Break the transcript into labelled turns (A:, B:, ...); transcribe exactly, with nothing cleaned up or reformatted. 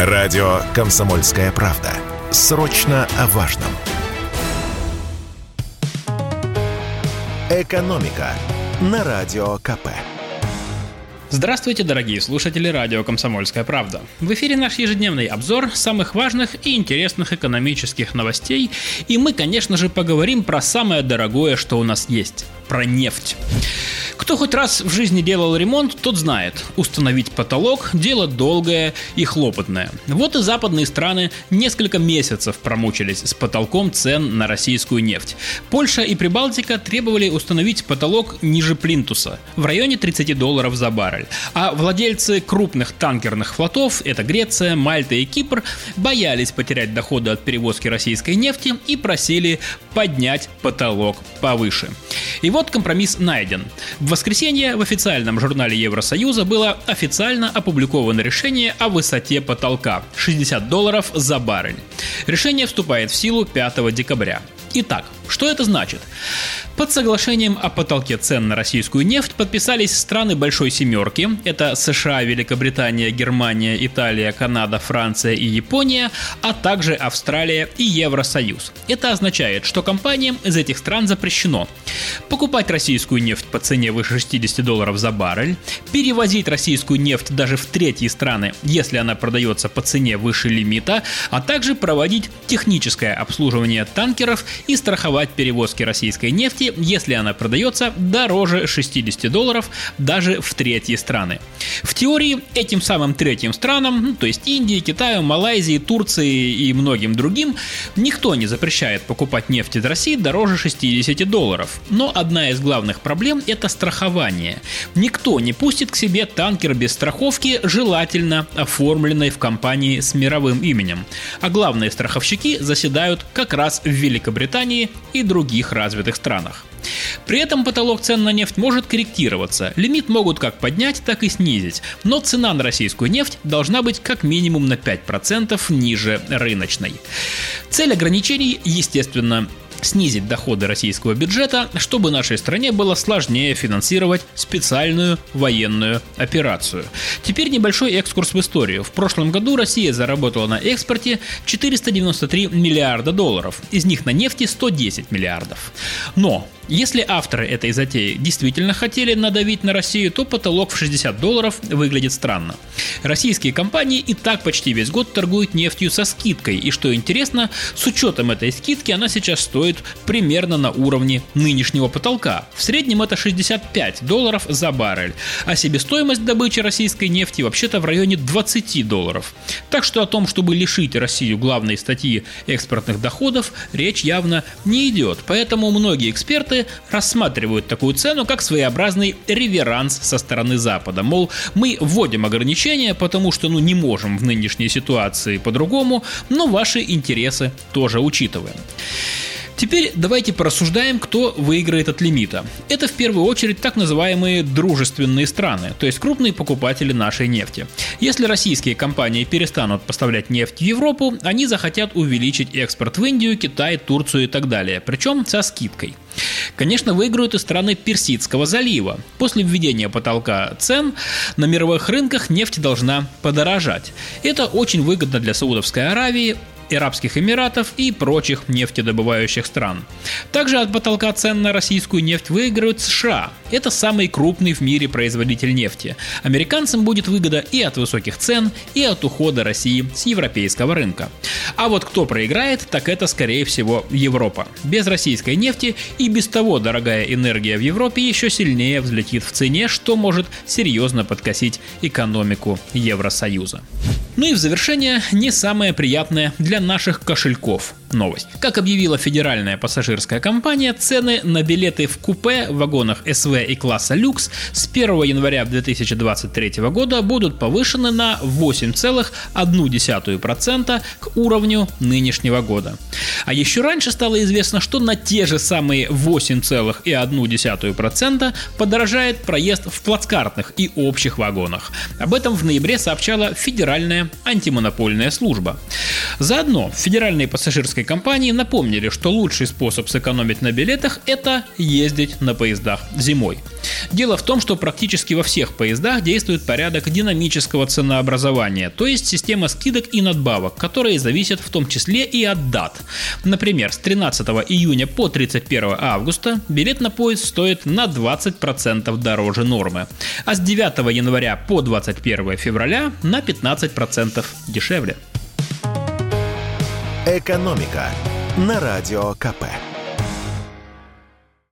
A: Радио «Комсомольская правда». Срочно о важном. «Экономика» на Радио КП.
B: Здравствуйте, дорогие слушатели радио «Комсомольская правда». В эфире наш ежедневный обзор самых важных и интересных экономических новостей. И мы, конечно же, поговорим про самое дорогое, что у нас есть – про нефть. Кто хоть раз в жизни делал ремонт, тот знает, установить потолок – дело долгое и хлопотное. Вот и западные страны несколько месяцев промучились с потолком цен на российскую нефть. Польша и Прибалтика требовали установить потолок ниже плинтуса, в районе тридцать долларов за баррель. А владельцы крупных танкерных флотов – это Греция, Мальта и Кипр – боялись потерять доходы от перевозки российской нефти и просили поднять потолок повыше. И вот компромисс найден. В воскресенье в официальном журнале Евросоюза было официально опубликовано решение о высоте потолка – шестьдесят долларов за баррель. Решение вступает в силу пятого декабря. Итак, что это значит? Под соглашением о потолке цен на российскую нефть подписались страны Большой Семерки. Это США, Великобритания, Германия, Италия, Канада, Франция и Япония, а также Австралия и Евросоюз. Это означает, что компаниям из этих стран запрещено покупать российскую нефть по цене выше шестьдесят долларов за баррель, перевозить российскую нефть даже в третьи страны, если она продается по цене выше лимита, а также проводить техническое обслуживание танкеров и страховать перевозки российской нефти, если она продается дороже шестьдесят долларов даже в третьи страны. В теории этим самым третьим странам, ну, то есть Индии, Китаю, Малайзии, Турции и многим другим, никто не запрещает покупать нефть из России дороже шестьдесят долларов. Но одна из главных проблем – это страхование. Никто не пустит к себе танкер без страховки, желательно оформленной в компании с мировым именем. А главные страховщики заседают как раз в Великобритании и других развитых странах. При этом потолок цен на нефть может корректироваться. Лимит могут как поднять, так и снизить. Но цена на российскую нефть должна быть как минимум на пять процентов ниже рыночной. Цель ограничений, естественно, снизить доходы российского бюджета, чтобы нашей стране было сложнее финансировать специальную военную операцию. Теперь небольшой экскурс в историю. В прошлом году Россия заработала на экспорте четыреста девяносто три миллиарда долларов, из них на нефти сто десять миллиардов. Но если авторы этой затеи действительно хотели надавить на Россию, то потолок в шестьдесят долларов выглядит странно. Российские компании и так почти весь год торгуют нефтью со скидкой, и что интересно, с учетом этой скидки она сейчас стоит примерно на уровне нынешнего потолка. В среднем это шестьдесят пять долларов за баррель, а себестоимость добычи российской нефти вообще-то в районе двадцать долларов. Так что о том, чтобы лишить Россию главной статьи экспортных доходов, речь явно не идет. Поэтому многие эксперты рассматривают такую цену как своеобразный реверанс со стороны Запада. Мол, мы вводим ограничения, потому что ну, не можем в нынешней ситуации по-другому, но ваши интересы тоже учитываем. Теперь давайте порассуждаем, кто выиграет от лимита. Это в первую очередь так называемые дружественные страны, то есть крупные покупатели нашей нефти. Если российские компании перестанут поставлять нефть в Европу, они захотят увеличить экспорт в Индию, Китай, Турцию и так далее, причем со скидкой. Конечно, выиграют и страны Персидского залива. После введения потолка цен на мировых рынках нефть должна подорожать. Это очень выгодно для Саудовской Аравии, Арабских Эмиратов и прочих нефтедобывающих стран. Также от потолка цен на российскую нефть выиграют США. Это самый крупный в мире производитель нефти. Американцам будет выгода и от высоких цен, и от ухода России с европейского рынка. А вот кто проиграет, так это, скорее всего, Европа. Без российской нефти и без того дорогая энергия в Европе еще сильнее взлетит в цене, что может серьезно подкосить экономику Евросоюза. Ну и в завершение не самое приятное для наших кошельков новость. Как объявила федеральная пассажирская компания, цены на билеты в купе в вагонах эс вэ и класса люкс с первого января две тысячи двадцать третьего года будут повышены на восемь целых одну десятую процента к уровню нынешнего года. А еще раньше стало известно, что на те же самые восемь целых одну десятую процента подорожает проезд в плацкартных и общих вагонах. Об этом в ноябре сообщала Федеральная антимонопольная служба. Заодно федеральные пассажирские компании напомнили, что лучший способ сэкономить на билетах – это ездить на поездах зимой. Дело в том, что практически во всех поездах действует порядок динамического ценообразования, то есть система скидок и надбавок, которые зависят в том числе и от дат. Например, с тринадцатого июня по тридцать первого августа билет на поезд стоит на двадцать процентов дороже нормы, а с девятого января по двадцать первого февраля на пятнадцать процентов дешевле.
A: Экономика на Радио ка пэ.